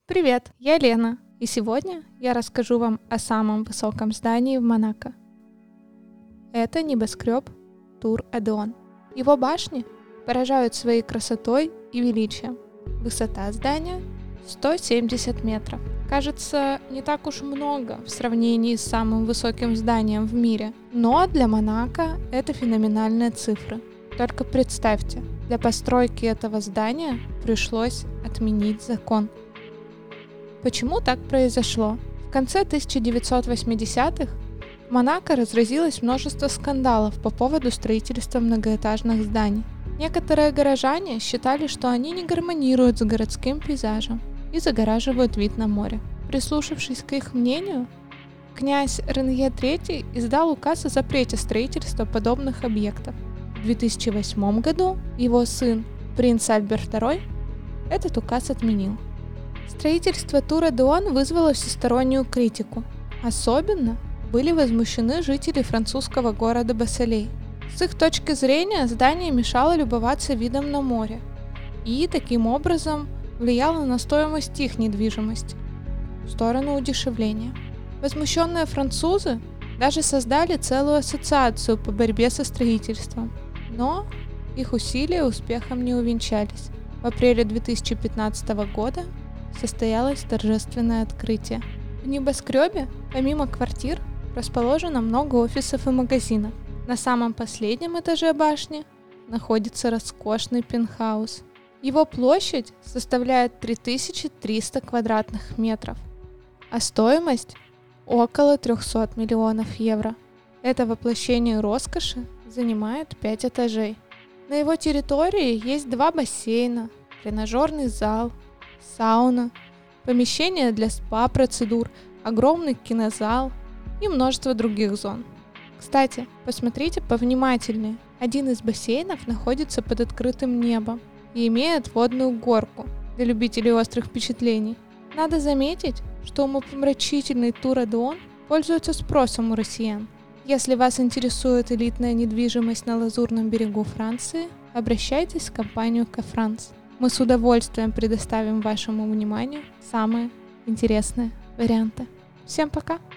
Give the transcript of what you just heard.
Привет, я Лена, и сегодня я расскажу вам о самом высоком здании в Монако. Это небоскреб Тур Эдеон. Его башни поражают своей красотой и величием. Высота здания 170 метров. Кажется, не так уж много в сравнении с самым высоким зданием в мире, но для Монако это феноменальные цифры. Только представьте, для постройки этого здания пришлось отменить закон. Почему так произошло? В конце 1980-х в Монако разразилось множество скандалов по поводу строительства многоэтажных зданий. Некоторые горожане считали, что они не гармонируют с городским пейзажем и загораживают вид на море. Прислушавшись к их мнению, князь Ренье III издал указ о запрете строительства подобных объектов. В 2008 году его сын, принц Альберт II, этот указ отменил. Строительство Тур Эдеон вызвало всестороннюю критику. Особенно были возмущены жители французского города Бассалей. С их точки зрения здание мешало любоваться видом на море и таким образом влияло на стоимость их недвижимости в сторону удешевления. Возмущенные французы даже создали целую ассоциацию по борьбе со строительством, но их усилия успехом не увенчались. В апреле 2015 года состоялось торжественное открытие. В небоскребе, помимо квартир, расположено много офисов и магазинов. На самом последнем этаже башни находится роскошный пентхаус. Его площадь составляет 3300 квадратных метров, а стоимость около 300 миллионов евро. Это воплощение роскоши занимает 5 этажей. На его территории есть 2 бассейна, тренажерный зал, сауна, помещение для спа-процедур, огромный кинозал и множество других зон. Кстати, посмотрите повнимательнее. Один из бассейнов находится под открытым небом и имеет водную горку для любителей острых впечатлений. Надо заметить, что умопомрачительный Тур Эдеон пользуется спросом у россиян. Если вас интересует элитная недвижимость на Лазурном берегу Франции, обращайтесь в компанию Кафранс. Мы с удовольствием предоставим вашему вниманию самые интересные варианты. Всем пока!